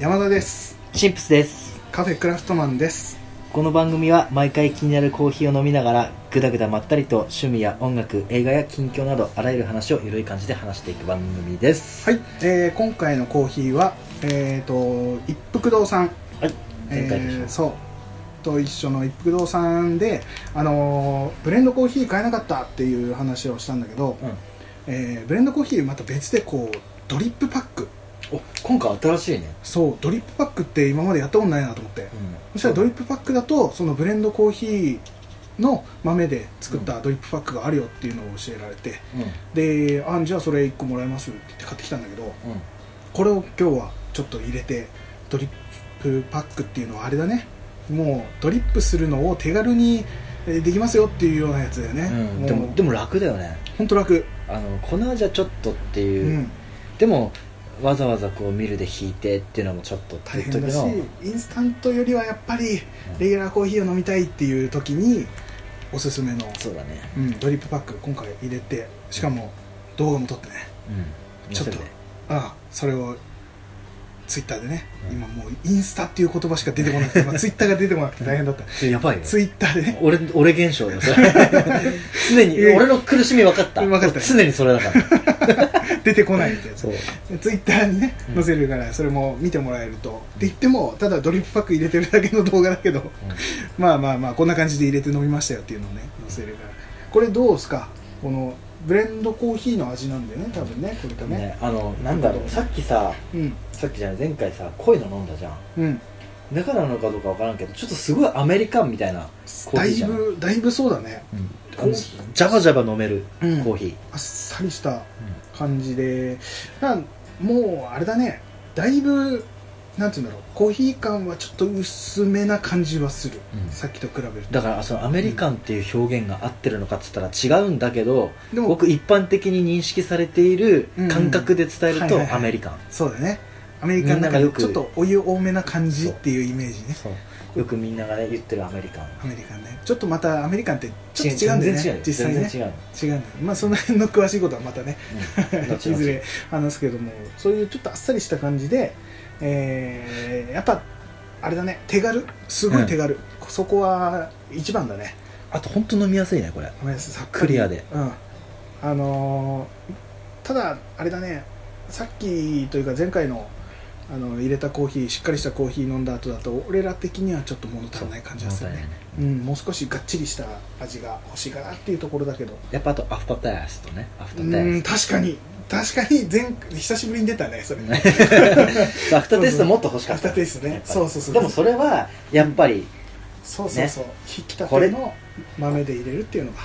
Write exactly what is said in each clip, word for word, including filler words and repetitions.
山田です。 シンプスです。 カフェクラフトマンです。 この番組は毎回気になるコーヒーを飲みながらぐだぐだまったりと趣味や音楽、映画や近況などあらゆる話をゆるい感じで話していく番組です。 はい、えー、今回のコーヒーはえーと一福堂さん、 はい、前回と一緒、 えー、そうと一緒の一福堂さんで、あのー、ブレンドコーヒー買えなかったっていう話をしたんだけど、うんえー、ブレンドコーヒーまた別でこうドリップパック、 お今回新しいね。 そうドリップパックって今までやったことないなと思って、うん、そしたらドリップパックだとそのブレンドコーヒーの豆で作ったドリップパックがあるよっていうのを教えられて、うん、であじゃあそれいっこもらえますって言って買ってきたんだけど、うん、これを今日はちょっと入れてドリップパックっていうのはあれだね、もうドリップするのを手軽にできますよっていうようなやつだよね、うん、 でもでも楽だよね。 本当楽。あの粉じゃちょっとっていう、うん、でもわざわざこうミルで引いてっていうのもちょっと大変だし、インスタントよりはやっぱりレギュラーコーヒーを飲みたいっていう時におすすめの、 そうだね、 うん、ドリップパック今回入れて、しかも動画も撮ってね、うん、ちょっとああそれをツイッターでね、うん、今もうインスタっていう言葉しか出てこなくて、まあ、ツイッターが出てこなくて大変だった。 やばいよツイッターでね、 俺俺現象だよそれ常に俺の苦しみ分かった。分かった。常にそれだから出てこないってやつ。ツイッターにね載せるから、それも見てもらえると、うん、って言ってもただドリップパック入れてるだけの動画だけど、うん、まあまあまあこんな感じで入れて飲みましたよっていうのをね載せるから、これどうですか、このブレンドコーヒーの味なんだよね多分ね、これとね。 ね、あのなんだろう、さっきさ、うん、さっきじゃない前回さ濃いの飲んだじゃん、うん、だからなのかどうかわからんけど、ちょっとすごいアメリカンみたいなコーヒーじゃん。だいぶだいぶそうだね、うん、ジャバジャバ飲めるコーヒー、うん、 あっさりした感じで、だもうあれだね、だいぶなんていうんだろう、コーヒー感はちょっと薄めな感じはする、うん、さっきと比べると。 だからそのアメリカンっていう表現が合ってるのかっつったら違うんだけど、でも僕一般的に認識されている感覚で伝えるとアメリカン、 そうだね、アメリカンの中でちょっとお湯多めな感じっていうイメージね。 そうよくみんながね言ってるアメリカンアメリカンね、ちょっとまたアメリカンってちょっと違うんだよね、 全然違う、 実際ね、 全然違う違うんだよ。まあその辺の詳しいことはまたね、うん、いずれ話すけども、そういうちょっとあっさりした感じで、えー、やっぱあれだね、手軽、すごい手軽、うん、そこは一番だね。 あと本当飲みやすいねこれ、 飲みやすい、さっクリアで、 うん、あのー、ただあれだね、さっきというか前回のあの入れたコーヒー、しっかりしたコーヒー飲んだ後だと俺ら的にはちょっと物足りない感じがするね。うん、もう少しがっちりした味が欲しいかなっていうところだけど、 やっぱあとアフターテイストね、アフターテイスト、うん、確かに確かに前久しぶりに出たねそれアフターテイストもっと欲しかった。 アフターテイストね、そうそうそう。 でもそれはやっぱり、うん、 そうそうそう、ね、引き立ての豆で入れるっていうのが、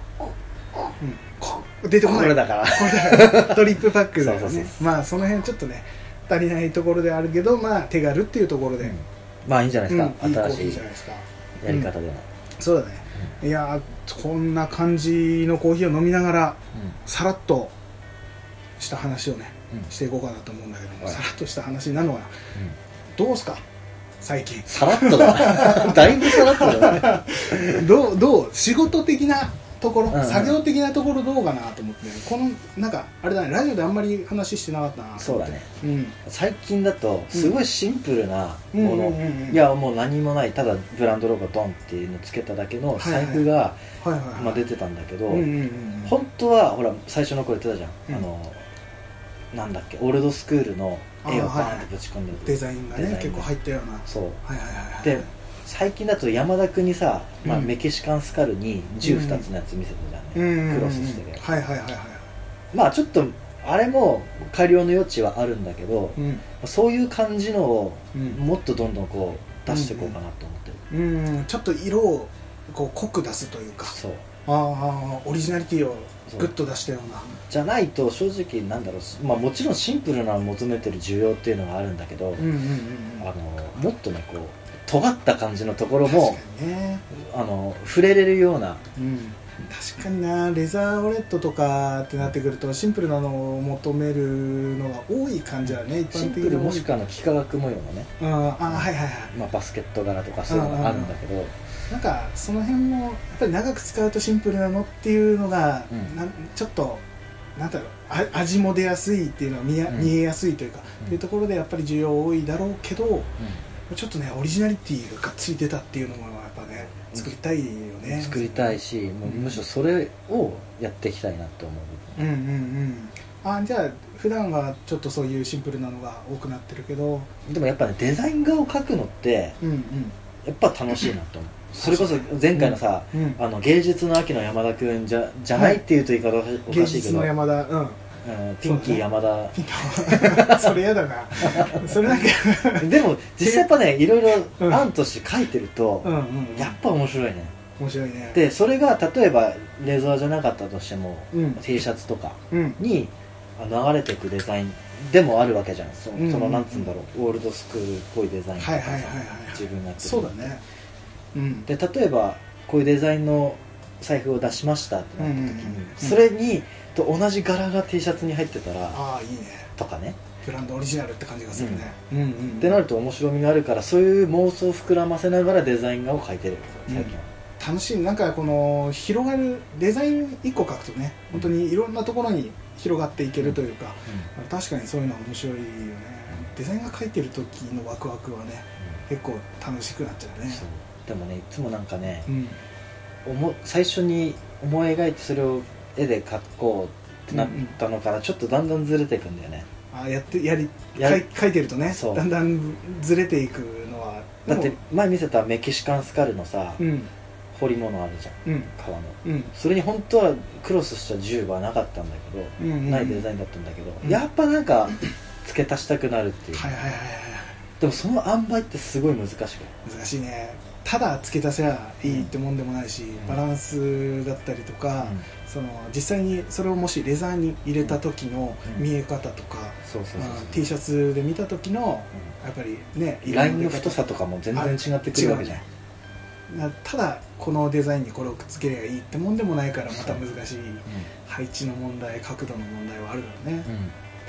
うん、出てこない、 これだからこれだからドリップパックだよね。そうそうそう、まあその辺ちょっとね足りないところであるけど、まあ手軽っていうところで、うん、 まあいいんじゃないですか、 うん、いいコーヒ新しいーじゃないですか、 やり方でも、うん、 そうだね、うん、いやこんな感じのコーヒーを飲みながら、うん、さらっとした話をね、うん、していこうかなと思うんだけども、はい、さらっとした話なのは、うん、どうすか最近。 さらっとだだいぶさらっとだねどうどう仕事的なところ、うんうん、作業的なところどうかなと思って、このなんかあれだね、ラジオであんまり話してなかったな。 そうだね、うん、最近だとすごいシンプルなもの、いやもう何もない、ただブランドロゴドンっていうのつけただけの財布が出てたんだけど、本当はほら最初の頃言ってたじゃん、うん、あのなんだっけ、オールドスクールの絵をバーンってぶち込んでる、はいはい、 デザインがね結構入ったような。 そう、はいはいはい、で最近だと山田君にさ、まあ、メキシカンスカルにじゅうふたつのやつ見せたじゃんね、うん、クロスしてるやつ、はいはいはいはい、まあちょっとあれも改良の余地はあるんだけど、うん、そういう感じのをもっとどんどんこう出していこうかなと思ってる、うんうん、ちょっと色をこう濃く出すというか、そう、ああオリジナリティをグッと出したようなじゃないと正直なんだろう、まあ、もちろんシンプルな求めてる需要っていうのがあるんだけど、うんうんうんうん、あのもっとねこう尖った感じのところも、ね、あの触れれるような、 うん、確かにな、レザーウォレットとかってなってくるとシンプルなのを求めるのが多い感じはね、一般的にシンプルもしくはの幾何学模様のね、 ああはいはいはい、 まあ、バスケット柄とかそういうのがあるんだけど、 なんかその辺もやっぱり長く使うとシンプルなのっていうのが、うん、なんちょっとなんだろう、あ味も出やすいっていうのは見や、うん、見えやすいというか、うん、っていうところでやっぱり需要多いだろうけど、うん、ちょっとねオリジナリティががっつり出たっていうのもやっぱね作りたいよね。 作りたいし、もうむしろそれをやっていきたいなと思う。 うんうんうん。あ、じゃあ普段はちょっとそういうシンプルなのが多くなってるけど、 でもやっぱねデザイン画を描くのって、うんうん、やっぱ楽しいなと思う。それこそ前回のさ、うんうん、あの芸術の秋の山田君じゃじゃないっていうと言い方おかしいけど、芸術の山田、うん、 ピンキー山田、 ピンキーそれやだなそれなんかでも実際やっぱねいろいろ案として書いてると、うんうんうん、やっぱ面白いね。 面白いね。 でそれが例えばレザーじゃなかったとしても、うん、T シャツとかに流れていくデザインでもあるわけじゃん。その、うんうんうん、そのなんつうんだろう、オールドスクールっぽいデザインとかさ、自分がやってる。 そうだね。うん、 で例えばこういうデザインの財布を出しましたってなった時に、うんうんうん、それにと同じ柄が T シャツに入ってたら、 ああいいねとかね、 ブランドオリジナルって感じがするね、 うんうんうん、ってなると面白みがあるから、そういう妄想を膨らませながらデザイン画を描いてる最近は、 うん、楽しい。なんかこの広がるデザインいっこ描くとね、本当にいろんなところに広がっていけるというか、うんうん、確かにそういうのは面白いよね。デザインが描いてる時のワクワクはね、うん、結構楽しくなっちゃうね。 そうでもね、いつもなんかね、うん、最初に思い描いてそれを絵で描こうってなったのから、うんうん、ちょっとだんだんずれていくんだよね。 あ、やってやりや描いてるとね、だんだんずれていくのは。 だって前見せたメキシカンスカルのさ、うん、彫り物あるじゃん、うん、革の、うん、それに本当はクロスした銃はなかったんだけど、うんうんうん、ないデザインだったんだけど、うん、やっぱなんか付け足したくなるっていう、はいはいはいはい、でもその塩梅ってすごい難しく難しいね。ただ付け足せばいいってもんでもないし、うん、バランスだったりとか、うん、その実際にそれをもしレザーに入れた時の見え方とか、T シャツで見た時の、うん、やっぱりね、 ラインの太さとかも全然違ってくるわけじゃん。 ただこのデザインにこれをくっつければいいってもんでもないから、また難しい、うん、配置の問題、角度の問題はあるからね、うん、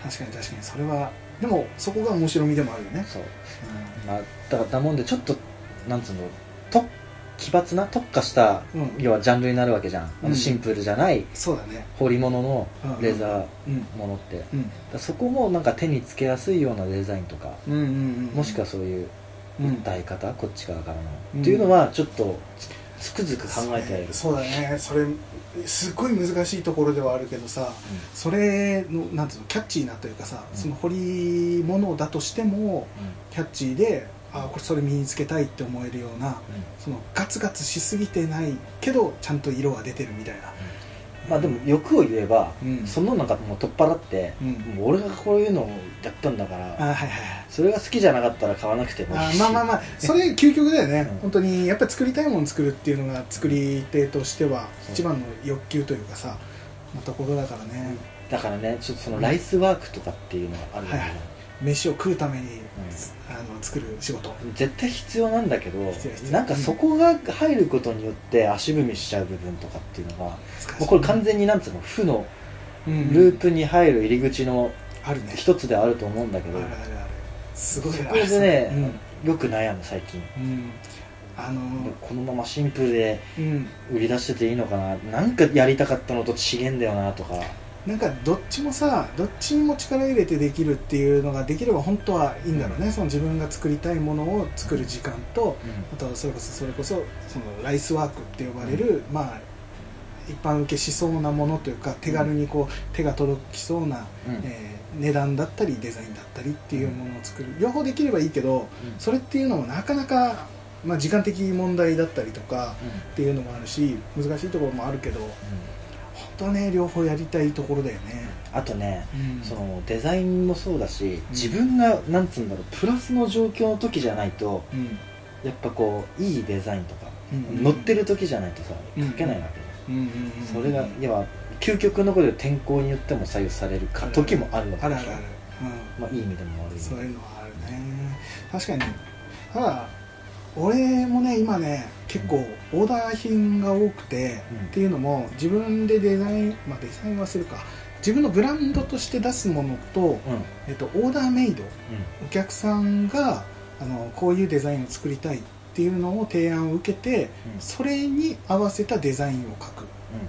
確かに確かにそれはでもそこが面白みでもあるよね。そう、 うん、まあ、だからだもんでちょっとなんつうのと奇抜な特化した、うん、要はジャンルになるわけじゃん、うん、あのシンプルじゃない、 そうだね、 彫り物のレザーものって、うんうん、だそこもなんか手につけやすいようなデザインとか、うんうんうん、もしくはそういう歌い方、うん、こっち側からの、うん、っていうのはちょっとつくづく考えてはいる。 そうだね、それすごい難しいところではあるけどさ、うん、それのなんていうの、キャッチーなというかさ、うん、その彫り物だとしても、うん、キャッチーで、あ、これそれ身につけたいって思えるような、うん、そのガツガツしすぎてないけどちゃんと色が出てるみたいな、 うん、まあでも欲を言えば、うん、その中もう取っ払って、うん、もう俺がこういうのをやったんだから、あ、はいはい、それが好きじゃなかったら買わなくてもいいし、 あ、まあまあまあそれ究極だよね、うん、本当にやっぱり作りたいものを作るっていうのが作り手としては一番の欲求というかさ、のところだからね、 だからね、ちょっとそのライスワークとかっていうのがあるんだけど、はいはい、 飯を食うために、うん、あの作る仕事絶対必要なんだけど、なんかそこが入ることによって足踏みしちゃう部分とかっていうのが、もうこれ完全になんつうの、負のループに入る入り口の一つであると思うんだけど、あるあるある、すごい、そこでね、うん、よく悩む最近、うん、あのー、このままシンプルで売り出してていいのかな、うん、なんかやりたかったのと違えんだよなとか、 なんかどっちもさ、どっちにも力入れてできるっていうのができれば本当はいいんだろうね、うん、その自分が作りたいものを作る時間と、うん、あとそれこそそれこそそのライスワークって呼ばれる、うん、まあ一般受けしそうなものというか、手軽にこう手が届きそうな、うん、えー、値段だったりデザインだったりっていうものを作る、両方できればいいけど、それっていうのもなかなか、まあ、時間的問題だったりとかっていうのもあるし、難しいところもあるけど、本当はね、両方やりたいところだよね。 あとね、うん、そのデザインもそうだし、自分がなんつうんだろう、プラスの状況の時じゃないと、うん、やっぱこういいデザインとか、うんうん、乗ってる時じゃないとさ描けないわけで、うんうん、それが要は究極のことで天候によっても左右されるか時もあるわけでしょ。あるあるある、うん、まあいい意味でも悪い意味でもそういうのはあるね。確かに。ただ俺もね今ね結構オーダー品が多くて、うん、っていうのも自分でデザイン、まあ、デザインはするか、自分のブランドとして出すものと、うん、えっと、オーダーメイド、うん、お客さんがあのこういうデザインを作りたいっていうのを提案を受けて、うん、それに合わせたデザインを描くっ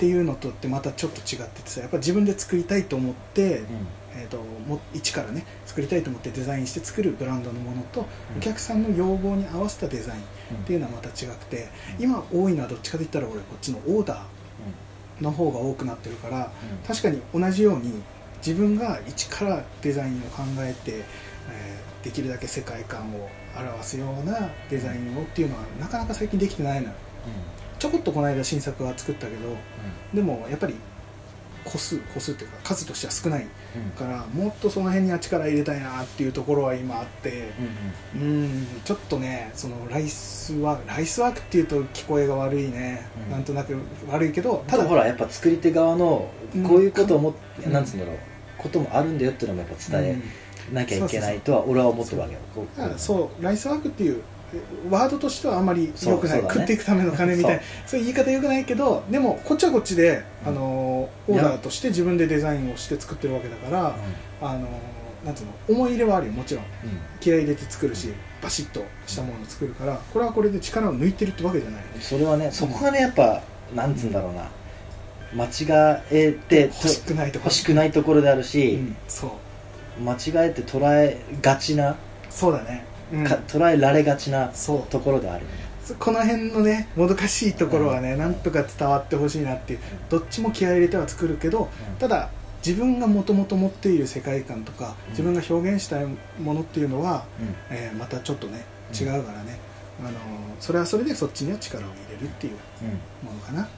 っていうのとってまたちょっと違っててさ、やっぱ自分で作りたいと思って、うん、えー、とも一からね作りたいと思ってデザインして作るブランドのものと、うん、お客さんの要望に合わせたデザインっていうのはまた違くて、うん、今多いのはどっちかといったら俺こっちのオーダーの方が多くなってるから、うん、確かに同じように自分が一からデザインを考えて、えー、できるだけ世界観を表すようなデザインをっていうのはなかなか最近できてないのよ、うん、ちょこっとこの間新作は作ったけど、うん、でもやっぱり個数個数っていうか数としては少ないから、うん、もっとその辺には力入れたいなっていうところは今あって、うん、うん、ちょっとねそのライスワークライスワークっていうと聞こえが悪いね、うん、なんとなく悪いけど、 ただほらやっぱ作り手側のこういうことをも、うん、なんつうんだろうこともあるんだよっていうのもやっぱ伝えなきゃいけないとは俺は思ってるわけよ。 そうそうライスワークっていうワードとしてはあまり良くない、ね、食っていくための金みたいなそういう言い方良くないけど、でもこっちはこっちで、うん、あのオーダーとして自分でデザインをして作ってるわけだから、うん、あのなんつうの思い入れはあるよもちろん、うん、気合い入れて作るしバシッとしたものを作るから、これはこれで力を抜いてるってわけじゃない。 それはねそこがねやっぱなんつうんだろうな、間違えて欲しくないところ欲しくないところであるし、 うん、そう間違えて捉えがちなそうだね、うん、 か捉えられがちなところである、ね、 この辺のねもどかしいところはね、うん、なんとか伝わってほしいなっていう、うん、どっちも気合い入れては作るけど、うん、ただ自分がもともと持っている世界観とか、うん、自分が表現したいものっていうのは、うん、えー、またちょっとね違うからね、うん、あのそれはそれでそっちには力を入れるっていうものかな、うん、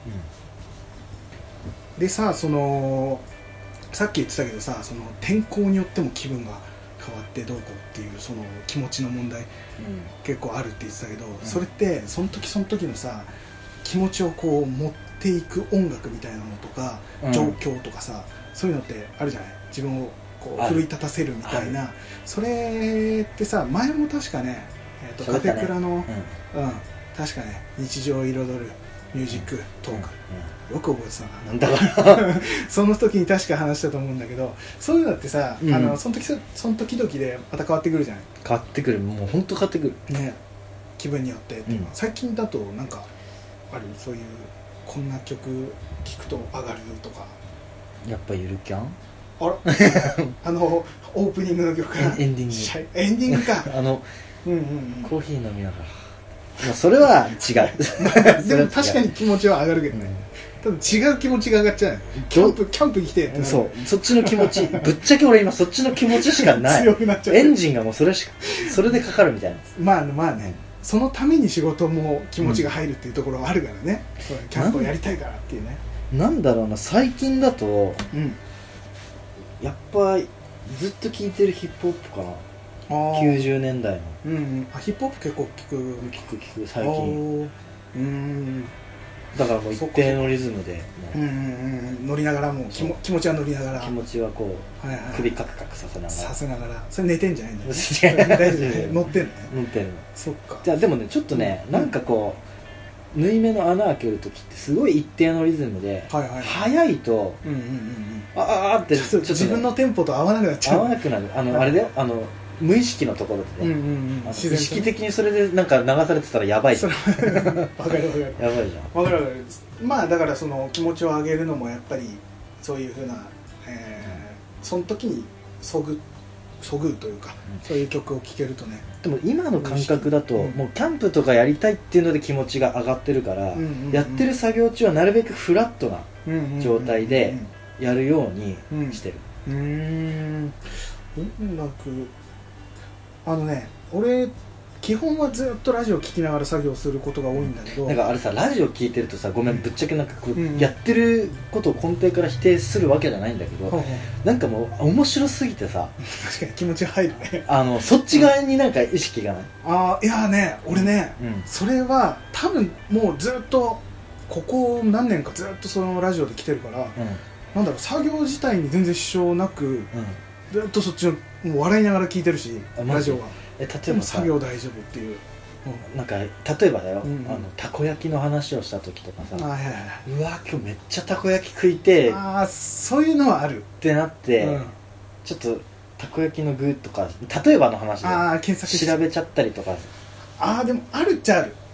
でさそのさっき言ってたけどさ、その天候によっても気分が変わってどうこうっていうその気持ちの問題、うん、結構あるって言ってたけど、うん、それってその時その時のさ気持ちをこう持っていく音楽みたいなのとか、うん、状況とかさそういうのってあるじゃない、自分をこう奮い立たせるみたいな、それってさ前も確かね、えーと、カフェクラの、うんうん、確かね日常を彩るミュージックトーク、うんうん、よく覚えてたな、だからその時に確か話したと思うんだけど、そういうのってさ、うん、あのその時その時々でまた変わってくるじゃない。 変わってくる、もう本当変わってくるね、気分によってっていうのは、うん、最近だとなんかある、そういうこんな曲聴くと上がるとか。 やっぱゆるキャンあらあのオープニングの曲からエンディングエンディングかあの、うんうんうん、コーヒー飲みながらまあそれは違うでも確かに気持ちは上がるけどね、うん、多分違う気持ちが上がっちゃう。キャンプキャンプ来てってそうそっちの気持ちぶっちゃけ俺今そっちの気持ちしかない強くなっちゃう。 エンジンがもうそれしかそれでかかるみたいな。 まあまあね、そのために仕事も気持ちが入るっていうところはあるからね、うん、キャンプをやりたいからっていうね。 なんだろうな、最近だと、うん、やっぱずっと聴いてるヒップホップかな。きゅうじゅうねんだいの、 うんうん、あヒップホップ結構聴く聴く聴く最近。うん、だからもう一定のリズムでうんうん、うん、乗りながらもう気も気持ちは乗りながら気持ちはこう、はいはい、首カクカクさせながらさせながら。それ寝てんじゃないんだよ、ね、 大丈夫乗ってんのね。 乗ってるの。 そっか。 じゃあでもねちょっとね、うん、なんかこう縫い目の穴開けるときってすごい一定のリズムで、はいはいはい、速いと、うんうんうんうん、ああってちょっと、ね、 自分のテンポと合わなくなっちゃう。 合わなくなる。あの、はい、あれだよ、あの無意識のところでね、うんうんうん、意識的にそれでなんか流されてたらやばいじゃん。わかるわかる。やばいじゃん。わかるわかる。まあだからその気持ちを上げるのもやっぱりそういうふうな、えー、その時にそぐそぐうというか、うん、そういう曲を聴けるとね。 でも今の感覚だと、うん、もうキャンプとかやりたいっていうので気持ちが上がってるから、うんうんうん、やってる作業中はなるべくフラットな状態でやるようにしてる。 うーん、音楽あのね、俺基本はずっとラジオ聴きながら作業することが多いんだけど、 なんかあれさ、ラジオ聴いてるとさ、ごめん、ぶっちゃけなんかこう、うん、やってることを根底から否定するわけじゃないんだけど、うん、なんかもう面白すぎてさ、 確かに気持ち入るね。 あのそっち側になんか意識がない、うん、 ああ、いやね、俺ね、うん、それは多分もうずっとここ何年かずっとそのラジオで来てるから、うん、なんだろう、作業自体に全然支障なく、うん、ずっとそっちのもう笑いながら聞いてるし、ラジオは。え例えば作業大丈夫っていう、 うん、なんか例えばだよ、うんうん、あのたこ焼きの話をした時とかさ、はいはいはい、うわ今日めっちゃたこ焼き食いてああそういうのはあるってなって、うん、ちょっとたこ焼きの具とか例えばの話であ検索調べちゃったりとか。 ああでもあるっちゃある。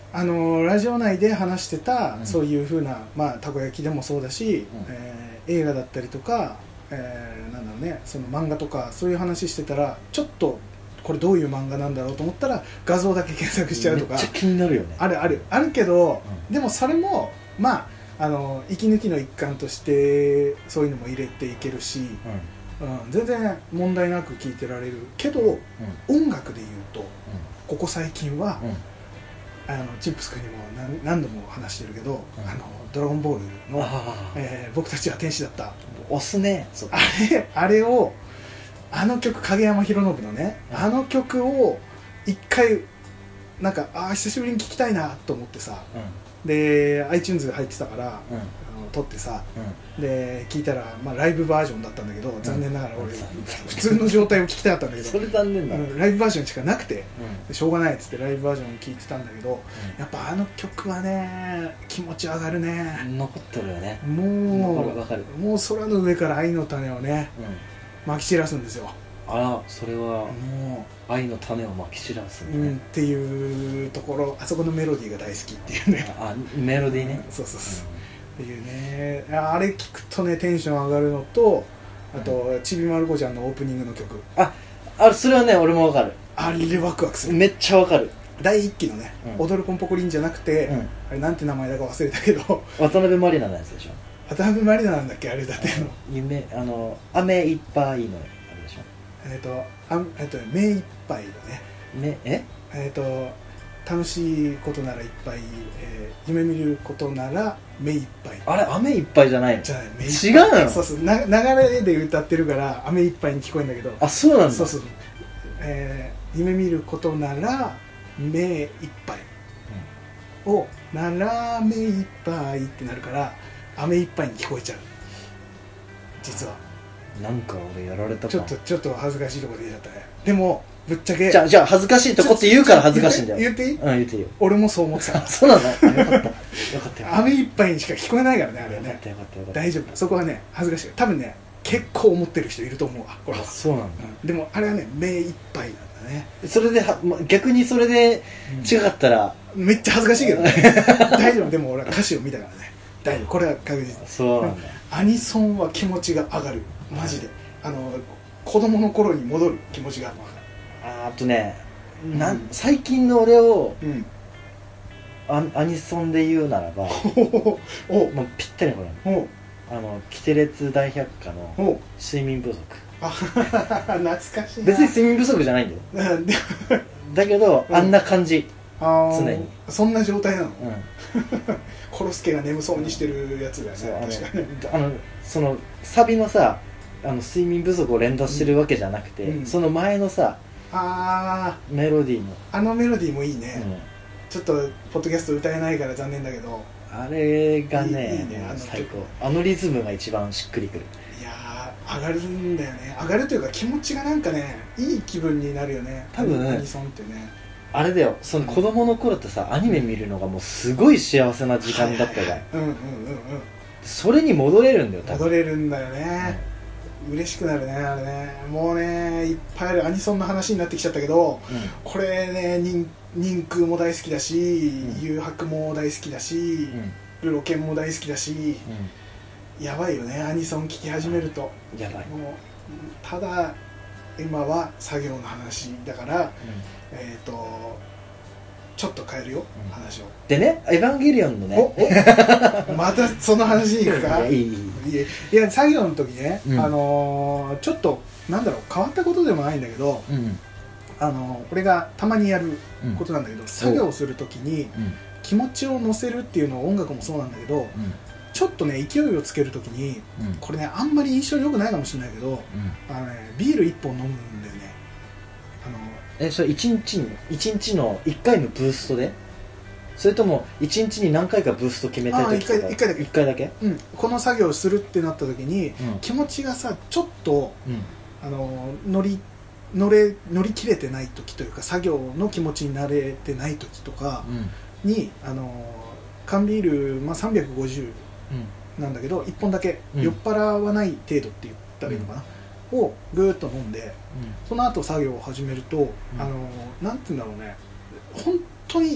あのラジオ内で話してた、 うん、 そういう風な、まあ、たこ焼きでもそうだし、うんえー、映画だったりとか、えー、なんだろうね、その漫画とかそういう話してたらちょっとこれどういう漫画なんだろうと思ったら画像だけ検索しちゃうとか、 めっちゃ気になるよね。 あるあるあるけど、うん、でもそれもまああの息抜きの一環としてそういうのも入れていけるし、うんうん、全然問題なく聴いてられるけど、うん、音楽でいうと、うん、ここ最近は、うんあのチップス君にも 何, 何度も話してるけど、うん、あのドラゴンボールの、えー、僕たちは天使だった押すねあれあれをあの曲影山博信のね、うん、あの曲を一回なんかあ久しぶりに聴きたいなと思ってさ、うん、で iTunes が入ってたから、うん、あの撮ってさ、うん、で聴いたら、まあ、ライブバージョンだったんだけど、うん、残念ながら俺、うん、普通の状態を聴きたかったんだけどそれ残念だ、 うん、ライブバージョンしかなくて、うん、しょうがないっつってライブバージョン聴いてたんだけど、うん、やっぱあの曲はね気持ち上がるね。 残ってるよね。 もうわかるわかる。 もう空の上から愛の種をね、うん、まき散らすんですよ。 あらそれはもう愛の種をまき散らすね、 うん、っていうところ、あそこのメロディーが大好きっていうね。 あメロディーね、 うん、そうそうそう、うん、っていうね。あれ聞くとねテンション上がるのと、あと、うん、ちびまる子ちゃんのオープニングの曲、 ああそれはね俺もわかる。 あれワクワクする。 めっちゃわかる。 だいいっきのね、うん、踊るポンポコリンじゃなくて、うん、あれなんて名前だか忘れたけど渡辺満里奈のやつでしょ。 渡辺満里奈なんだっけあれだっての夢あの雨いっぱいのあれでしょ。 えっ、ー、とあえっ、ー、と目いっぱいのねめええっ、ー、と楽しいことならいっぱい、えー、夢見ることなら目いっぱい。 あれ雨いっぱいじゃないの？ じゃない目いっぱい。違うの？ そうそうな流れで歌ってるから雨いっぱいに聞こえるんだけど。 あそうなんだ。 そうそう、えー、夢見ることなら目いっぱい、うん、をなら目いっぱいってなるから雨いっぱいに聞こえちゃう実は。 なんか俺やられたかちょっとちょっと恥ずかしいところで言っちゃったね。でもぶっちゃけじゃあじゃあ恥ずかしいとこって言うから恥ずかしいんだよ。 言っていい？ うん言っていいよ。 俺もそう思ってた。 そうなんだ。よかったよかったよ。 雨いっぱいにしか聞こえないからねあれね。 よかったよかったよかった。 大丈夫。そこはね恥ずかしい。多分ね結構思ってる人いると思うわこれは。 そうなんだ、 うん、でもあれはね目いっぱいなんだね。 それでは逆にそれで違かったら、 うん、めっちゃ恥ずかしいけどね。大丈夫。でも俺は歌詞を見たからね大丈夫。これは確実。 そうなんだ。 アニソンは気持ちが上がるマジで。あの子供の頃に戻る気持ちが。 あ, あとね、うん、なん最近の俺を、うん、ア, アニソンで言うならばおもうぴったりこれおあのキテレツ大百科の睡眠不足。 あ懐かしいな。 別に睡眠不足じゃないんだよだけど、うん、あんな感じ常にそんな状態なの、うん、コロスケが眠そうにしてるやつだよね。確かにあのそのサビのさあの睡眠不足を連打してるわけじゃなくて、うん、その前のさあメロディーのあのメロディーもいいね、うん、ちょっとポッドキャスト歌えないから残念だけどあれがね、いいいいねあの最高。あのリズムが一番しっくりくる。 いやー上がるんだよね。上がるというか気持ちがなんかねいい気分になるよね多分。 アニソンってねあれだよその子供の頃ってさ、うん、アニメ見るのがもうすごい幸せな時間だったじゃん。うんうんうんうん。それに戻れるんだよ多分。 戻れるんだよね、うん嬉しくなるねあれね。もうねいっぱいあるアニソンの話になってきちゃったけど、うん、これね人人空も大好きだし、うん、誘白も大好きだし、うん、ルロケンも大好きだし、うん、やばいよねアニソン聴き始めると。 やばい。 もうただ今は作業の話だから、うん、えっ、ー、とちょっと変えるよ、うん、話を。 でねエヴァンゲリオンのねおおまたその話に行くか。いやいいいや作業の時ね、うん、あのー、ちょっとなんだろう変わったことでもないんだけど、うん、あのー、俺がたまにやることなんだけど、うん、作業する時に気持ちを乗せるっていうのは音楽もそうなんだけど、うん、ちょっとね勢いをつける時に、うん、これねあんまり印象良くないかもしれないけど、うん、あのね、ビールいっぽん飲むんだよね。あのえそれいちにちにいちにちのいっかいのブーストでそれともいちにちに何回かブースト決めたい時とか。 いっかいだけ。いっかいだけ、うん、この作業をするってなった時に、うん、気持ちがさちょっと、うん、あの乗り乗れ乗り切れてない時というか作業の気持ちになれてない時とかに、うん、あの缶ビール、まあ、さんびゃくごじゅうなんだけど、うん、いっぽんだけ、うん、酔っ払わない程度って言ったらいいのかな、うん、をぐーっと飲んで、うん、その後作業を始めると、うん、あのなんて言うんだろうね本当に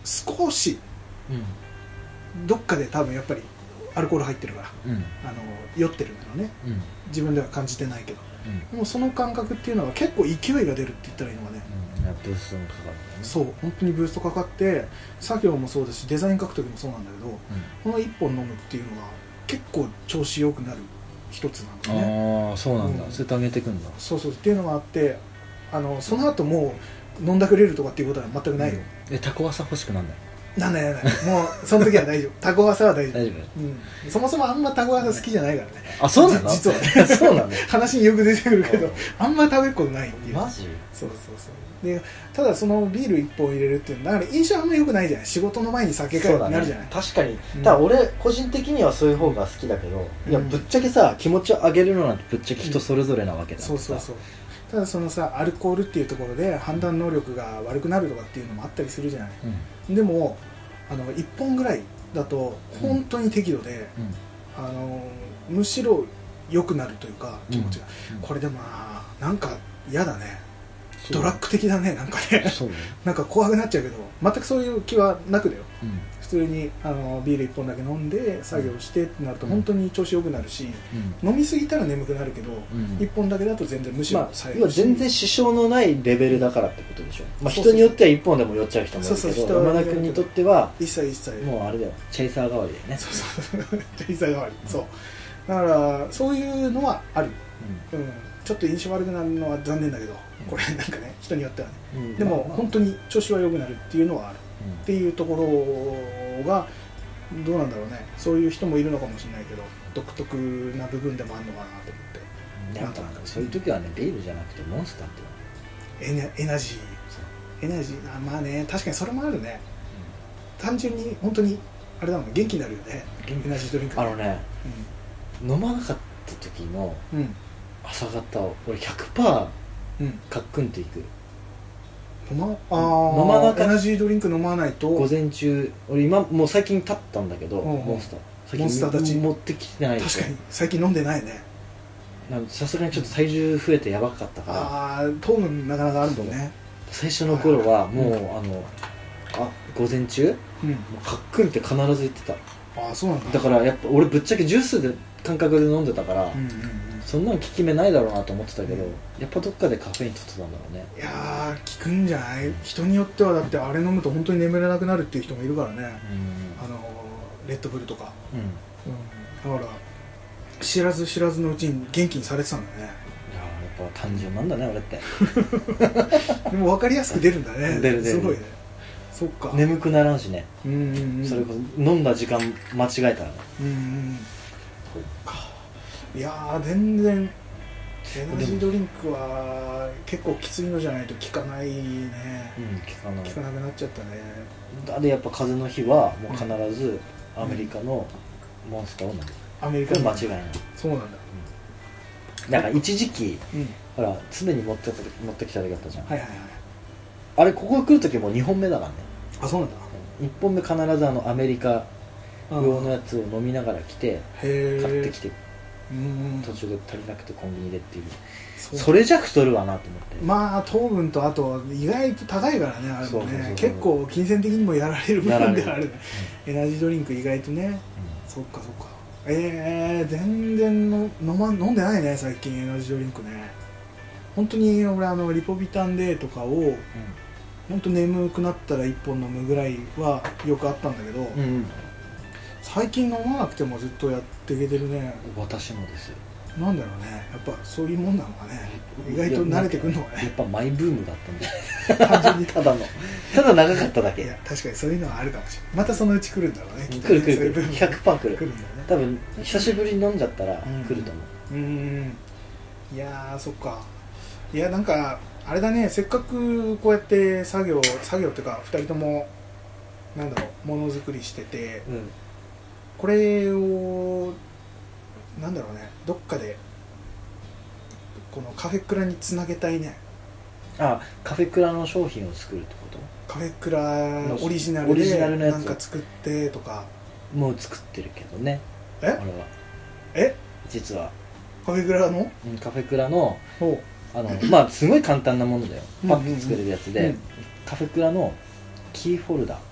少し、うん、どっかで多分やっぱりアルコール入ってるから、うん、あの酔ってるんだろうね、うん、自分では感じてないけど、うん、もうその感覚っていうのは結構勢いが出るって言ったらいいのがね、 うん、ブーストもかかるんだね。 そう本当にブーストかかって作業もそうだしデザイン書く時もそうなんだけど、うん、このいっぽん飲むっていうのが結構調子良くなる一つなんだね。 ああそうなんだ、うん、それと上げてくんだ。 そうそうっていうのがあってあのその後もう飲んだくれるとかっていうことは全くないよ、 うん、えタコワサ欲しくなんない？ なんないなんないもうその時は大丈夫タコワサは大丈夫大丈夫、 うん、そもそもあんまタコワサ好きじゃないからね。 あそうなの？ 実はねそうなの話によく出てくるけどあんま食べることないっていう。 マジ？ そうそうそうでただそのビールいっぽん入れるっていうのだから印象あんま良くないじゃない。仕事の前に酒かよってなるじゃない、 ね、確かに、うん、ただ俺個人的にはそういう方が好きだけど、うん、いやぶっちゃけさ気持ちを上げるのなんてぶっちゃけ人それぞれなわけだからさ、うん、そうそうそうただそのさアルコールっていうところで判断能力が悪くなるとかっていうのもあったりするじゃない、うん、でもあのいっぽんぐらいだと本当に適度で、うん、あのむしろ良くなるというか気持ちが、うんうん、これでもなんか嫌だねドラッグ的だねなんかねそうねなんか怖くなっちゃうけど全くそういう気はなくだよ、うん、普通にあのビールいっぽんだけ飲んで作業してってなると本当に調子良くなるし、うん、飲みすぎたら眠くなるけど、うん、いっぽんだけだと全然むしろ作業し、まあ、全然支障のないレベルだからってことでしょ、まあ、人によってはいっぽんでも酔っちゃう人もいるけど山田君にとっては一切一切もうあれだよチェイサー代わりだよね。 そうそうチェイサー代わり、うん、そうだからそういうのはある、うんうん、ちょっと印象悪くなるのは残念だけどこれなんかね人によってはね、うん、でも、まあ、本当に調子は良くなるっていうのはある、うん、っていうところがどうなんだろうね。そういう人もいるのかもしれないけど独特な部分でもあるのかなと思って、 なんかそういう時はねビールじゃなくてモンスターってエネ、エナジーエナジーあまあね確かにそれもあるね、うん、単純に本当にあれだもん元気になるよねエナジードリンクあのね、うん、飲まなかった時の朝方を俺 ひゃくパーセントうん、カックンといく飲まあ飲まなかエナジードリンク飲まないと午前中俺今もう最近経ったんだけど、うんうん、モンスター最近モンスターたち持ってきてない。 確かに最近飲んでないね。 さすがにちょっと体重増えてやばかったから、うん、 ああ糖分なかなかあるもんね。 最初の頃はもう、うん、あのあ午前中、うん、もうカックンって必ず言ってた。 ああそうなんだ。 だからやっぱ俺ぶっちゃけジュースで感覚で飲んでたから、うんうんうん、そんなの効き目ないだろうなと思ってたけど、うん、やっぱどっかでカフェイン取ってたんだろうね。 いやー効くんじゃない。人によってはだってあれ飲むと本当に眠れなくなるっていう人もいるからね、うん、あのレッドブルとか、うんうん、だから知らず知らずのうちに元気にされてたんだね。 いややっぱ単純なんだね俺ってでも分かりやすく出るんだね。 出る出るすごいね。そっか眠くならんしね、うんうんうん、それこそ飲んだ時間間違えたらね、うんうん、 そっか。いやー全然エナジードリンクは結構きついのじゃないと効かないね。 うん効かない効かなくなっちゃったね。 でやっぱ風邪の日はもう必ずアメリカのモンスターを飲む、 アメリカの間違いない。 そうなんだ、 うん、だから一時期、うん、ほら常に持ってた持ってきた時あったじゃん。 はいはいはい。 あれここ来る時もにほんめだからね。 あそうなんだ。 いっぽんめ必ずあのアメリカ用のやつを飲みながら来て買ってきて、うん途中で足りなくてコンビニでっていう。 そ, それじゃ太るわなと思って。 まあ糖分とあと意外と高いからねあれもね。結構金銭的にもやられる部分ではある、うん、エナジードリンク意外とね、うん、そっかそっか。えー、全然の飲, ま飲んでないね最近エナジードリンクね。本当に俺あのリポビタン D とかを、うん本当眠くなったらいっぽん飲むぐらいはよくあったんだけど、うん、最近飲まなくてもずっとやっていけてるね。 私もですよ。 なんだろうねやっぱそういうもんなのかね。意外と慣れてくるのがね。 やっぱマイブームだったんで単純にただのただ長かっただけ。いや確かにそういうのはあるかもしれない。またそのうち来るんだろうね。 来る来る来る ひゃくパーセント 来る来るんだよね。多分久しぶりに飲んじゃったら来ると思う。うん、うんいやーそっか。いやなんかあれだね、せっかくこうやって作業作業っていうかふたりともなんだろうものづくりしてて、うん、これをなんだろうねどっかでこのカフェクラにつなげたいね。 あカフェクラの商品を作るってこと？ カフェクラオリジナルでなんか作ってとか。 もう作ってるけどね。 え？俺はえ？ 実はカフェクラの？ うん、カフェクラのあのまあすごい簡単なものだよ。パッと作れるやつで、うんうん、カフェクラのキーホルダー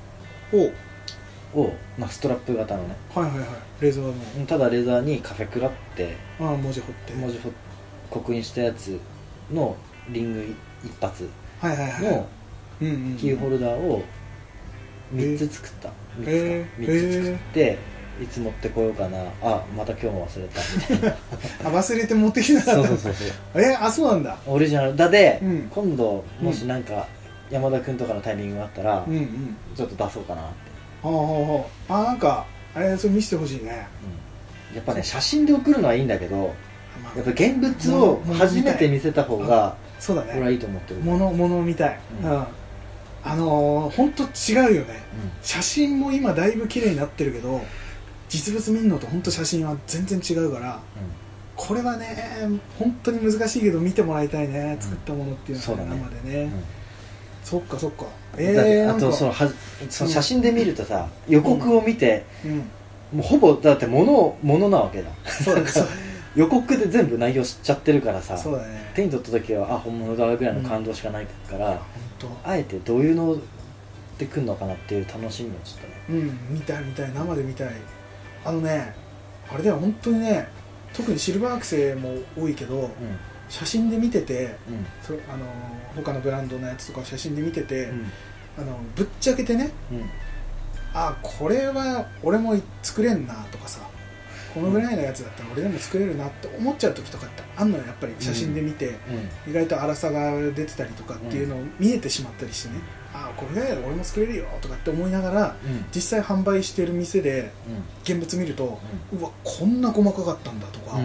を、まあ、ストラップ型のね、 はいはいはい、レーザーのただレーザーにカフェクラってあ文字彫って文字彫刻印したやつのリング一発のキーホルダーをみっつ作った、みっつか、 えー、 みっつ作って、いつ持ってこようかな、あまた今日も忘れたみたいなあ忘れて持ってきなかった。 そうそうそうそうえー、あそうなんだ。 オリジナルだで、うん、今度もしなんか山田君とかのタイミングがあったら、うんうん、ちょっと出そうかなって。 ほうほうほう、あなんかあれそれ見せてほしいね、 うん、やっぱね写真で送るのはいいんだけど、やっぱ現物を初めて見せた方がそうだね、 俺はいいと思ってる。 ものもの見たい、うんうん、あのー、ほんと違うよね、うん、写真も今だいぶ綺麗になってるけど実物見るのと本当写真は全然違うから、うん、これはね本当に難しいけど見てもらいたいね、作ったものっていうのは、ね、生でね、うん、そっかそっか、 えー、あとそのはその写真で見るとさ、うん、予告を見て、うん、もうほぼだって物物なわけだ。そうだそう予告で全部内容知っちゃってるからさ、 そうだ、ね、 手に取った時はあ本物だぐらいの感動しかないから、うん、あえてどういうので来るのかなっていう楽しみをちょっとね、 うん、見たい見たい、生で見たい。あのねあれだよ本当にね、特にシルバーアクセも多いけど、うん、写真で見てて、うん、そあの他のブランドのやつとか写真で見てて、うん、あのぶっちゃけてね、うん、あこれは俺も作れんなとかさ、このぐらいのやつだったら俺でも作れるなって思っちゃう時とかってあんのよ、やっぱり写真で見て、うん、意外と粗さが出てたりとかっていうのを見えてしまったりしてね、うん、あこれぐらいだら俺も作れるよとかって思いながら、うん、実際販売してる店で現物見ると、うん、うわこんな細かかったんだとか、うん、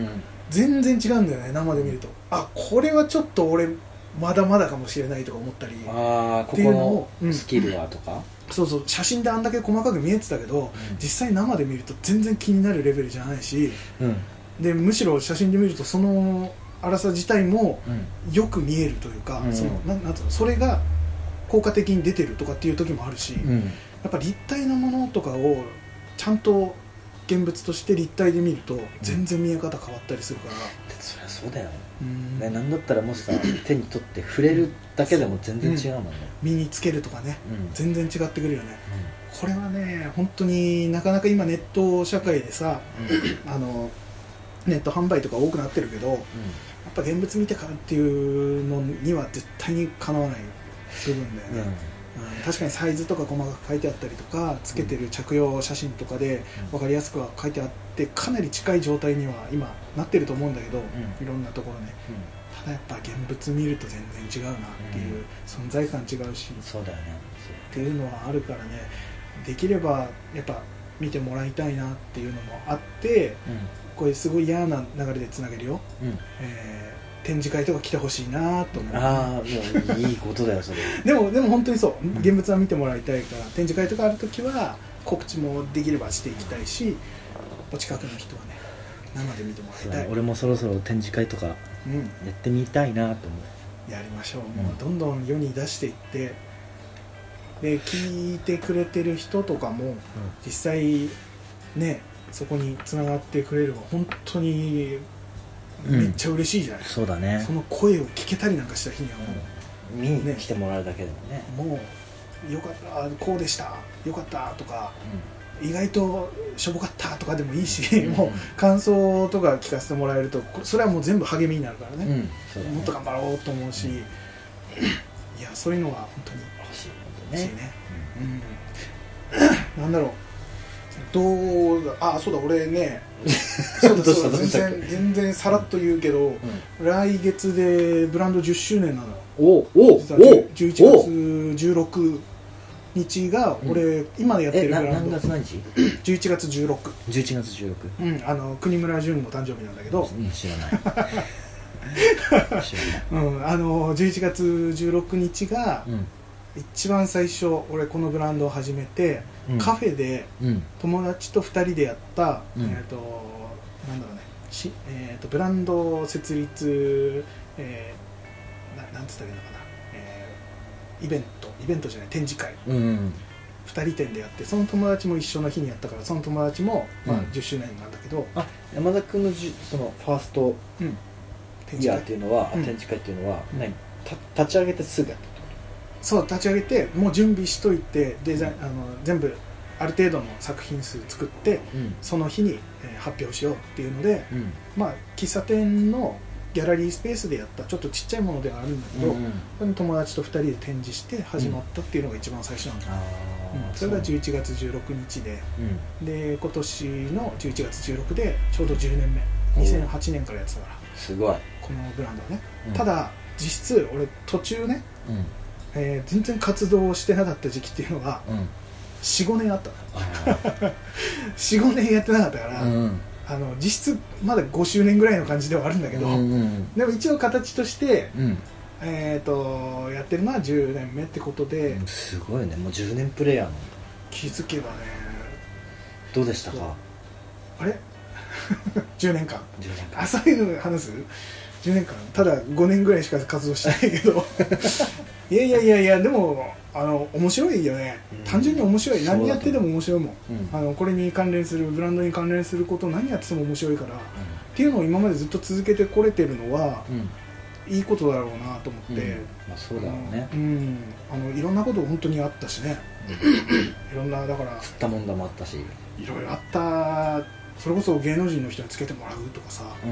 全然違うんだよね生で見ると、あこれはちょっと俺まだまだかもしれないとか思ったり、 あここのスキルはとか、うんそうそう、写真であんだけ細かく見えてたけど、うん、実際生で見ると全然気になるレベルじゃないし、うん、でむしろ写真で見るとその粗さ自体もよく見えるというか、うん、そのななんつうの、それが効果的に出てるとかっていう時もあるし、うん、やっぱ立体のものとかをちゃんと現物として立体で見ると全然見え方変わったりするから、うん、 そりゃそうだよね、うんね、なんだったらもしさ手に取って触れるだけでも全然違うもんね、 うん、身につけるとかね、うん、全然違ってくるよね、うん、これはね本当になかなか今ネット社会でさ、うん、あのネット販売とか多くなってるけど、うん、やっぱ現物見てからっていうのには絶対にかなわない部分だよね、うんうん、確かにサイズとか細かく書いてあったりとかつけてる着用写真とかで分かりやすくは書いてあってかなり近い状態には今なってると思うんだけど、うん、いろんなところね、うん、ただやっぱ現物見ると全然違うなっていう、うん、存在感違うし、 そうだよねっていうのはあるからね、できればやっぱ見てもらいたいなっていうのもあって、うん、これすごい嫌な流れでつなげるよ、うんえー展示会とか来てほしいなと思う。 ああ、もういいことだよそれ。 でもでも本当にそう、現物は見てもらいたいから、展示会とかあるときは告知もできればしていきたいし、お近くの人はね生で見てもらいたい。 俺もそろそろ展示会とかやってみたいなと思う。 うん、やりましょう。もうどんどん世に出していって、で聞いてくれてる人とかも実際ねそこに繋がってくれれば本当に。めっちゃ嬉しいじゃない、うん、 そうだね。 その声を聞けたりなんかした日にはもう、うん、見に来てもらうだけでもね、 もうよかったこうでしたよかったとか、うん、意外としょぼかったとかでもいいし、うん、もう感想とか聞かせてもらえるとそれはもう全部励みになるからね、うんそうだね、もっと頑張ろうと思うし、うん、いやそういうのは本当に欲しい、欲しいね、うん、なんだろうどうだあそうだ俺ねそうだそうだ全然全然さらっと言うけど、うん、来月でブランドじゅっしゅうねんなの。 おお実はじゅういちがつじゅうろくにちが俺、うん、今やってるブランド何月何日じゅういちがつじゅうろくじゅういちがつじゅうろく、 うん、あの国村淳の誕生日なんだけど、 うん、知らない知らない、 うん、あのじゅういちがつじゅうろくにちが、うん一番最初俺このブランドを始めて、うん、カフェで友達とふたりでやった、うん、えーとなんだろうねし、えー、とブランド設立、えー、ななんつったらいいのかな、えー、イベントイベントじゃない展示会、うんうん、ふたりてんでやって、その友達も一緒の日にやったから、その友達も、まあ、じゅっしゅうねんなんだけど、うん、 あ山田君のじそのファーストイヤーっていうのは、うん、展示会っていうのは、うん、何た立ち上げてすぐやったそう立ち上げてもう準備しといてデザインあの全部ある程度の作品数作って、うん、その日に、えー、発表しようっていうので、うん、まあ喫茶店のギャラリースペースでやったちょっとちっちゃいものではあるんだけど、うんうん、友達とふたりで展示して始まったっていうのが一番最初なんだ、うんうん、それがじゅういちがつじゅうろくにちで、うん、で今年のじゅういちがつじゅうろくでちょうどじゅうねんめにせんはちねんからやってたからすごいこのブランドはね、うん、ただ実質俺途中ね、うんえー、全然活動してなかった時期っていうのが、うん、よん、ごねんあったのよん、ごねんやってなかったから、うんあの実質まだごしゅうねんぐらいの感じではあるんだけど、うんうん、でも一応形として、うんえー、とやってるのはじゅうねんめってことで、 すごいねもうじゅうねんプレイヤーの気づけばねどうでしたかあれじゅうねんかんじゅうねんかんあそういうの話すじゅうねんかんただごねんぐらいしか活動してないけどいやいやいやいやでもあの面白いよね、うん、単純に面白い何やってでも面白いもん、うん、あのこれに関連するブランドに関連すること何やってても面白いから、うん、っていうのを今までずっと続けてこれてるのは、うん、いいことだろうなと思って、うんまあ、そうだろうねあの、うん、あのいろんなこと本当にあったしね、うん、いろんなだから吸ったもんだもあったしいろいろあったそれこそ芸能人の人につけてもらうとかさ、うん、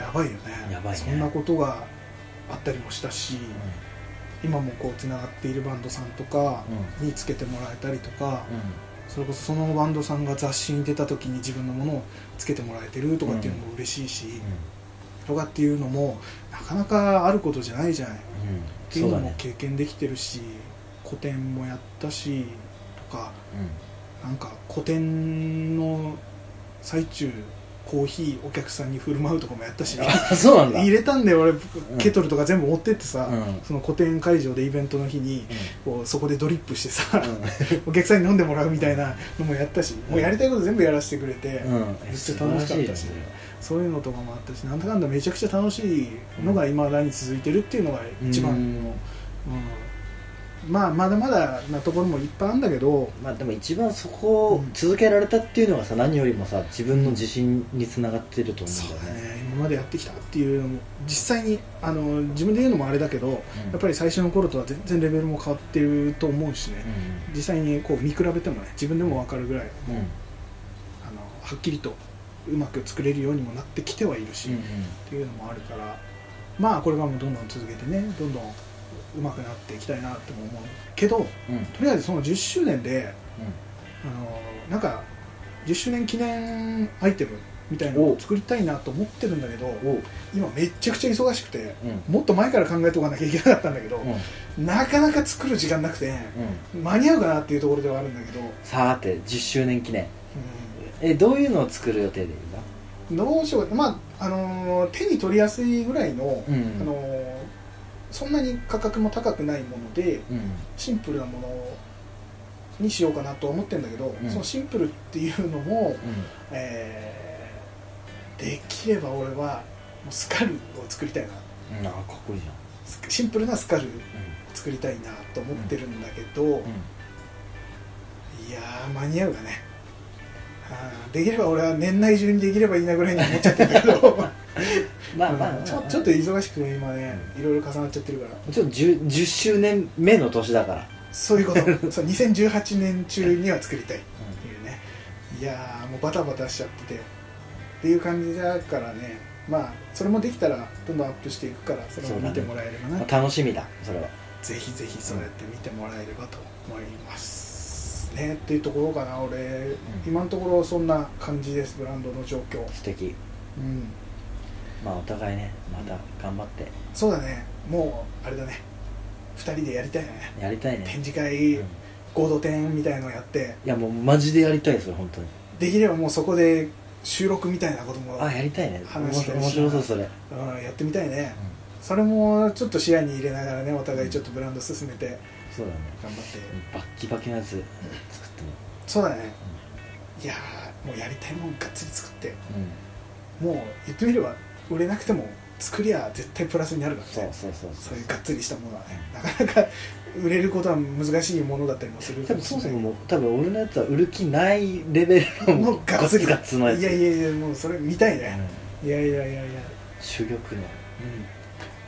やばいよねやばいねそんなことがあったりもしたし、うん今もこうつながっているバンドさんとかにつけてもらえたりとか、うん、それこそそのバンドさんが雑誌に出た時に自分のものをつけてもらえてるとかっていうのも嬉しいし、うん、とかっていうのもなかなかあることじゃないじゃない、うん、っていうのも経験できてるし、個展もやったしとか、うん、なんか個展の最中コーヒーお客さんに振る舞うとかもやったしそうなんだ入れたんだよ俺、うん、ケトルとか全部持ってってさ、うん、その個展会場でイベントの日に、うん、こうそこでドリップしてさ、うん、お客さんに飲んでもらうみたいなのもやったし、うん、もうやりたいこと全部やらせてくれて、うん、めっちゃ楽しかったし、ね、そういうのとかもあったしなんだかんだめちゃくちゃ楽しいのが今だに続いてるっていうのが一番の、うんうんまあ、まだまだなところもいっぱいあるんだけど、 まあ、でも一番そこを続けられたっていうのがさ、うん、何よりもさ自分の自信につながってると思うんだよね。 そうだね今までやってきたっていうのも実際にあの自分で言うのもあれだけど、うん、やっぱり最初の頃とは全然レベルも変わってると思うしね、うん、実際にこう見比べてもね自分でも分かるぐらいもう、うん、あのはっきりとうまく作れるようにもなってきてはいるし、うんうん、っていうのもあるからまあこれからもどんどん続けてねどんどん上手くなっていきたいなとも思うけど、うん、とりあえずそのじゅっしゅうねんで、うん、あのなんかじゅっしゅうねん記念アイテムみたいなのを作りたいなと思ってるんだけど今めっちゃくちゃ忙しくて、うん、もっと前から考えておかなきゃいけなかったんだけど、うん、なかなか作る時間なくて、うん、間に合うかなっていうところではあるんだけどさてじゅっしゅうねん記念、えどういうのを作る予定でいいのどうしようかまあ、あのー、手に取りやすいぐらいの、うんうんあのーそんなに価格も高くないもので、うん、シンプルなものにしようかなと思ってるんだけど、うん、そのシンプルっていうのも、うんえー、できれば俺はもうスカルを作りたいな、 うん、あかっこいいじゃんシンプルなスカルを作りたいなと思ってるんだけど、うんうん、いやー間に合うかねあできれば俺は年内中にできればいいなぐらいに思っちゃってるんだけどまあまあ、まあ、ちょ、ちょっと忙しくて今ね、いろいろ重なっちゃってるからもちろん 10, じゅっしゅうねんめの年だからそういうことそうにせんじゅうはちねん中には作りたいっていうね、うん、いやーもうバタバタしちゃっててっていう感じだからねまあそれもできたらどんどんアップしていくからそれも見てもらえればな、 ね、楽しみだそれはぜひぜひそうやって見てもらえればと思います、うん、ねっていうところかな俺、うん、今のところそんな感じですブランドの状況素敵うんまあお互いねまた頑張ってそうだねもうあれだねふたりでやりたいねやりたいね展示会、うん、合同展みたいのをやっていやもうマジでやりたいですよ本当にできればもうそこで収録みたいなこともあやりたいね話したり面白そうそれ、 うん、やってみたいね、うん、それもちょっと視野に入れながらねお互いちょっとブランド進めて、うん、 そうだね頑張ってバッキバキなやつ作ってもそうだね、うん、いやもうやりたいもんがっつり作って、うん、もう言ってみれば売れなくても作りゃ絶対プラスになるからねそうそうそうそういうがっつりしたものはねなかなか売れることは難しいものだったりもする多分そもそも多分俺のやつは売る気ないレベルのガッツリガッツのやついやいやいやもうそれ見たいね、うん、いやいやいやいや珠玉の、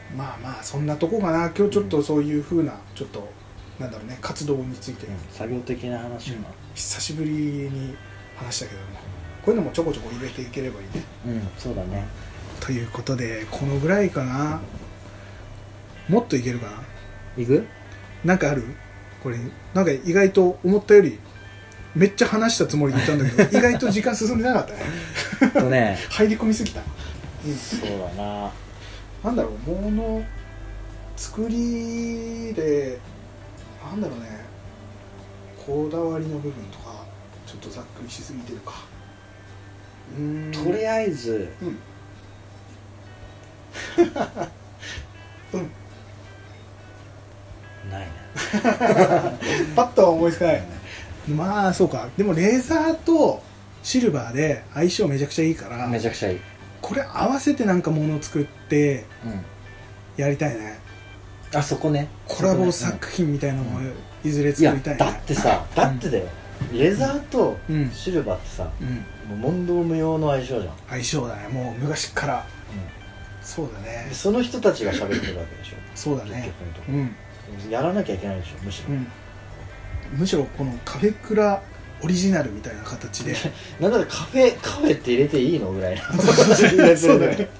まあまあそんなとこかな。今日ちょっとそういう風なちょっとなんだろうね、活動について、うん、 作業的な話かな、うん、 久しぶりに話したけども、こういうのもちょこちょこ入れていければいいね。 うんそうだね。 ということでこのぐらいかな。もっといけるかな。 いく？ なんかある？これなんか意外と思ったよりめっちゃ話したつもりで言ったんだけど意外と時間進んでなかったね。ね入り込みすぎた、 うん、そうだな。 なんだろう、もの作りでなんだろうね、こだわりの部分とかちょっとざっくりしすぎてるか。 うーん、とりあえずうんうんないなパッとは思いつかないよね。まあそうか。でもレーザーとシルバーで相性めちゃくちゃいいから、 めちゃくちゃいい。これ合わせてなんかものを作ってやりたいね、 うん、あそこね、 コラボ作品みたいなのもいずれ作りたいね。 いやだってさ、だってだよ、うん、レーザーとシルバーってさ、うん、もう問答無用の相性じゃん。 相性だね、もう昔から、うん、そうだね。 その人たちが喋ってるわけでしょ。 そうだね、 うん、やらなきゃいけないでしょ、むしろ、うん、 むしろこのカフェクラオリジナルみたいな形でなんだろう、カフェカフェって入れていいのぐらいなそうだね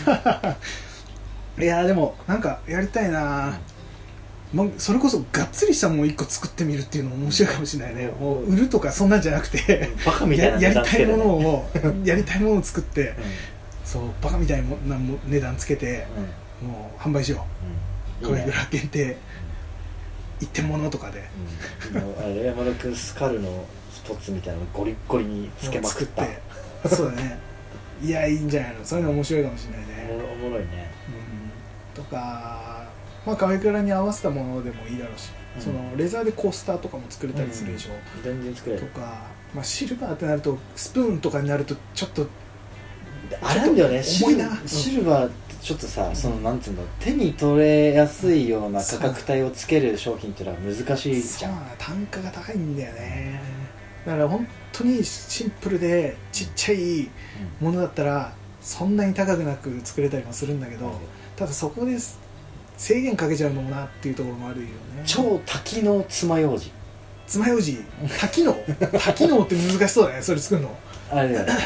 いやでもなんかやりたいな、うん、それこそがっつりしたものをいっこ作ってみるっていうのも面白いかもしれないね、うん、もう売るとかそんなんじゃなくてバカみたいな値段つけて、ね、やりたいものをやりたいものを作って、うん、そうバカみたいな値段つけて、うん、もう販売しよう、うん、カフェクラ限定一点物とかで、 うん、あれ山田君スカルのスポッツみたいなのゴリッゴリにつけまくったそうだね。いやいいんじゃないの、そういうの面白いかもしれないね。 おもろいね、 うん、とかまあカフェクラに合わせたものでもいいだろうし、うん、そのレザーでコースターとかも作れたりするでしょ、 うん、全然作れるとか、まあ、シルバーってなるとスプーンとかになるとちょっとあれなんだよね、 重いな。 シルバーってちょっとさ、うん、そのなんていうんだろう、手に取れやすいような価格帯をつける商品っていうのは難しいじゃん。 そう、単価が高いんだよね。だから本当にシンプルでちっちゃいものだったらそんなに高くなく作れたりもするんだけど、うん、ただそこで制限かけちゃうのもなっていうところもあるよね。 超多機能爪楊枝爪楊枝多機能多機能って難しそうだね、それ作るの。あれだよね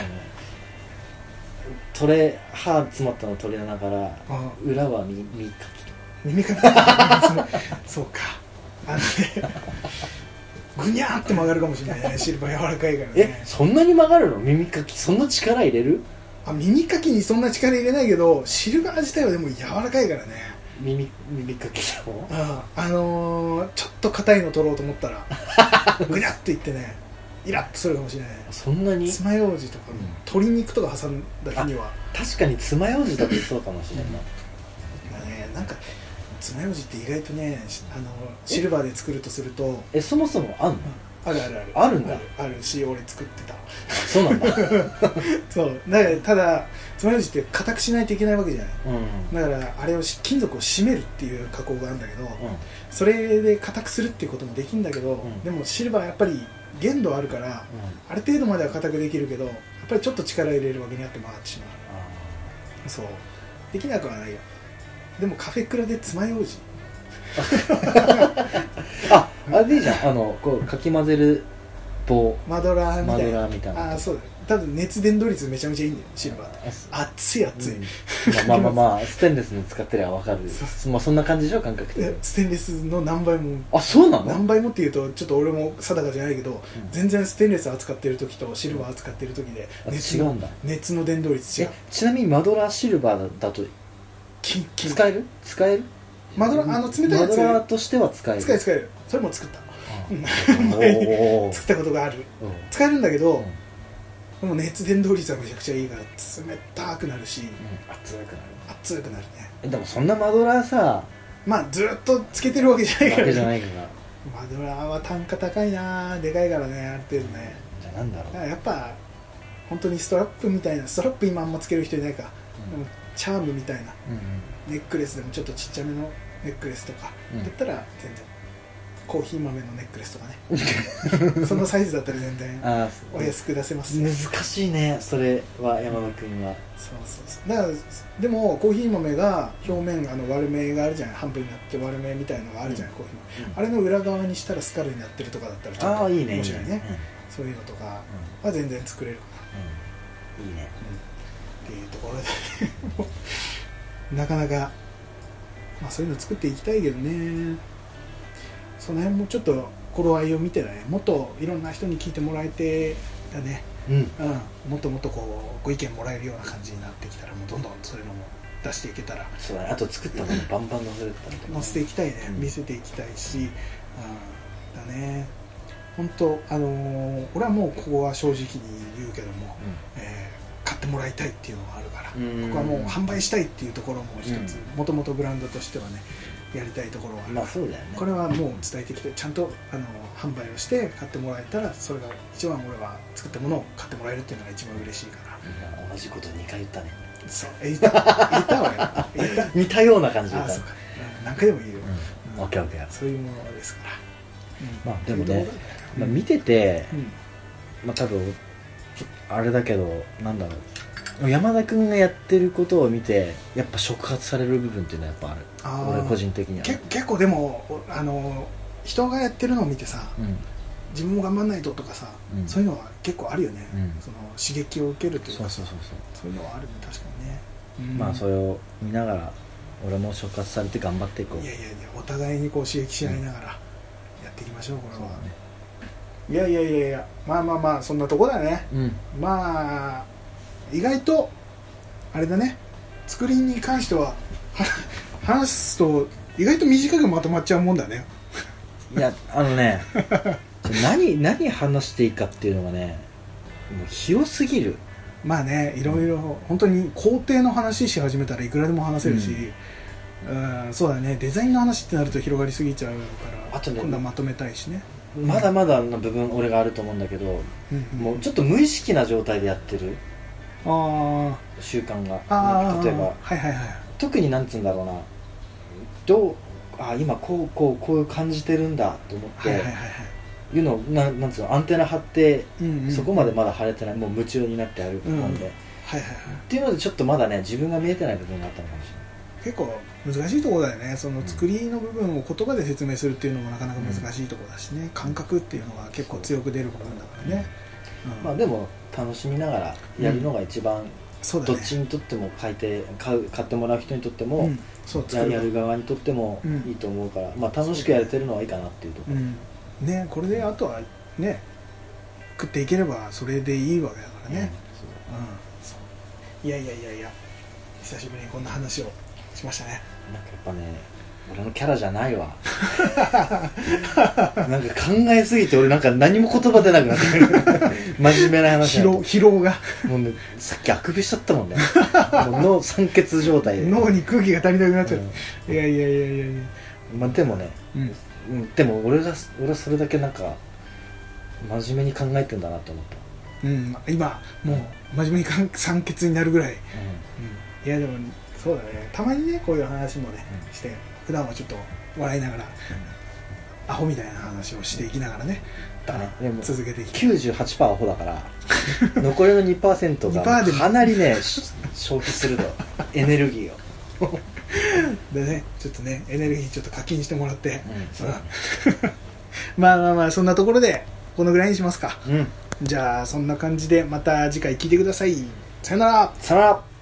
取れ歯詰まったの取りながら裏は耳かき耳かきそうか、あのねぐにゃーって曲がるかもしれないね、シルバー柔らかいからね。 え、そんなに曲がるの？耳かきそんな力入れる？ あ、耳かきにそんな力入れないけどシルバー自体はでも柔らかいからね。 耳耳かきでもああ、あのー、ちょっと硬いの取ろうと思ったらぐにゃっていってね、イラッとするかもしれない。 そんなに爪楊枝とか、うん、鶏肉とか挟んだ日には確かに爪楊枝だとそうかもしれないな、 うん、ね、なんか爪楊枝って意外とね、あのシルバーで作るとすると、 え、そもそもあんの？ あるあるあるあるんだ。 あるし、俺作ってた。 そうなんだそうだから、ただ爪楊枝って硬くしないといけないわけじゃない、うん、だからあれを金属を締めるっていう加工があるんだけど、うん、それで硬くするっていうこともできるんだけど、うん、でもシルバーはやっぱり限度あるから、うん、ある程度までは硬くできるけど、やっぱりちょっと力入れるわけにあって回ってしまう。そうできなくはないよ。でもカフェクラで爪楊枝あ、あれでいいじゃん、あのこうかき混ぜる棒、 マドラーみたいな。 マドラーみたいな。 あ、そうだ。多分熱伝導率めちゃめちゃいいんだよ、シルバーって。熱い熱い、うん、 まあまあまあ、まあ、ステンレスの使ってりゃ分かる。まあそんな感じでしょ、感覚的に。 ステンレスの何倍も。 あ、そうなの？ 何倍もっていうとちょっと俺も定かじゃないけど、うん、全然ステンレス扱ってる時とシルバー扱ってる時で熱の、 違うんだ。 熱の伝導率違う。 え、ちなみにマドラーシルバーだとキンキン使える？使える？ マドラー、あの冷たいやつマドラーとしては使える。 使える使える。それも作った。前に作ったことがある。使えるんだけど、でも熱伝導率はめちゃくちゃいいから冷たくなるし、うん、 熱くなる。 熱くなるね。 でもそんなマドラーさ、 まあずっとつけてるわけじゃないから、ね。わけじゃないから。 マドラーは単価高いな、でかいからね、ある程度ね。 じゃあなんだろう。 だからやっぱ本当にストラップみたいな、ストラップ今あんまつける人いないか。うん、でもチャームみたいな、うんうん、ネックレスでもちょっとちっちゃめのネックレスとか、うん、だったら全然コーヒー豆のネックレスとかねそのサイズだったら全然お安く出せます、 ね、難しいねそれは山田君は。 そうそうそう。だからでもコーヒー豆が表面あの割れ目があるじゃん、半分になって割れ目みたいなのがあるじゃん、うん、コーヒー豆、うん、あれの裏側にしたらスカルになってるとかだったらちょっと面白いね、いいね、うん、そういうのとかは全然作れるかな、うん、いいね、 うん、っていうところでなかなか、まあ、そういうの作っていきたいけどね。その辺もちょっと頃合いを見てね、もっといろんな人に聞いてもらえてだね、うんうん、もっともっとこうご意見もらえるような感じになってきたら、もうどんどんそういうのも出していけたら、 そうだね、あと作ったものバンバン載せてたりとか、 載せていきたいね、うん、見せていきたいし、うん、だね。本当あのー、俺はもうここは正直に言うけども、うん、えー、買ってもらいたいっていうのがあるから、ここはもう販売したいっていうところも一つ、もともとブランドとしてはねやりたいところはある、 まあそうだよね、 これはもう伝えてきて、ちゃんとあの販売をして買ってもらえたら、それが一番俺は作ったものを買ってもらえるっていうのが一番嬉しいから。 同じことにかい言ったね。 そう言った言ったわよ言った似たような感じで言った。 ああそうか、何回でも言うよ、 うん、オッケーオッケー。 そういうものですから、 うん、まあでもね、まあ、見てて、うん、まあ多分あれだけど、なんだろう、山田君がやってることを見てやっぱ触発される部分っていうのはやっぱある。あ、俺個人的にはけ結構でもあの人がやってるのを見てさ、うん、自分も頑張んないととかさ、うん、そういうのは結構あるよね、うん、その刺激を受けるというか、そうそうそうそう、そういうのはあるね、確かにね、 うん、まあそれを見ながら俺も触発されて頑張っていこう。 いやいやいや、お互いにこう刺激し合いながらやっていきましょう、これは、ね、いやいやいやいや、まあまあまあそんなとこだね、うん、まあ意外とあれだね、作りに関しては話すと意外と短くまとまっちゃうもんだね。 いや、あのね何何話していいかっていうのがね、もう広すぎる。 まあね、いろいろ本当に工程の話し始めたらいくらでも話せるし、うん、うん、そうだね、デザインの話ってなると広がりすぎちゃうから、あと、ね、今度はまとめたいしね。 まだまだの部分俺があると思うんだけど、うんうん、もうちょっと無意識な状態でやってるあ習慣が、あ、例えば、はいはいはい、特になんつうんだろうな、どう、あ、今こうこうこういう感じてるんだと思って、はいはいはいはい、いうのをななんつうの、アンテナ張って、うんうん、そこまでまだ張れてない、もう夢中になってやるもんで、うん、はいはいはい、っていうのでちょっとまだね自分が見えてない部分があったのかもしれない。 結構難しいところだよね、その作りの部分を言葉で説明するっていうのもなかなか難しいところだしね、うん、感覚っていうのが結構強く出る部分だからね、 うん、まあでも楽しみながらやるのが一番、うん、そうだね、どっちにとっても買い手買う買ってもらう人にとっても、うん、そうやる側にとってもいいと思うから、うん、まあ楽しくやれてるのはいいかなっていうところ、うんね、これであとはね食っていければそれでいいわけだからね、うんうん、そういやいやいやいや、久しぶりにこんな話をしましたね。 なんかやっぱね、俺のキャラじゃないわなんか考えすぎて俺なんか何も言葉出なくなってる真面目な話、 疲労、疲労がもうね、さっきあくびしちゃったもんねもう脳酸欠状態で脳に空気が足りなくなっちゃう、うん、いやいやいやいやいや、 まあでもね、うんうん、でも俺が俺はそれだけなんか真面目に考えてんだなと思った、 うん、今もう真面目に酸欠になるぐらい、うんうん、いやでもそうだね、たまにねこういう話もね、うん、して普段はちょっと笑いながら、うん、アホみたいな話をしていきながらね、だね、でも続けていきたい。 きゅうじゅうはちパーセント アホだから残りの にパーセント がかなりね消費するとエネルギーをでね、ちょっとねエネルギーちょっと課金してもらって、うん、そうだねまあまあまあそんなところでこのぐらいにしますか、うん、じゃあそんな感じでまた次回聞いてください。さよなら。 さよなら。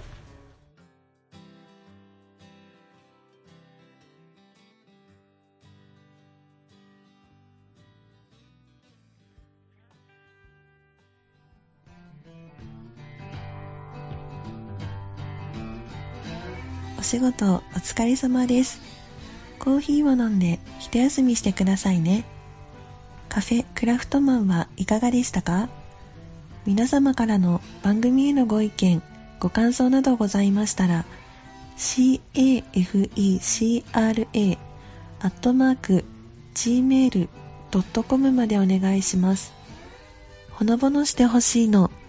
お仕事お疲れ様です。コーヒーを飲んで一休みしてくださいね。カフェクラフトマンはいかがでしたか？皆様からの番組へのご意見、ご感想などございましたら シーエーエフイーシーアールエー アットマーク ジーメール ドットコム までお願いします。ほのぼのしてほしいの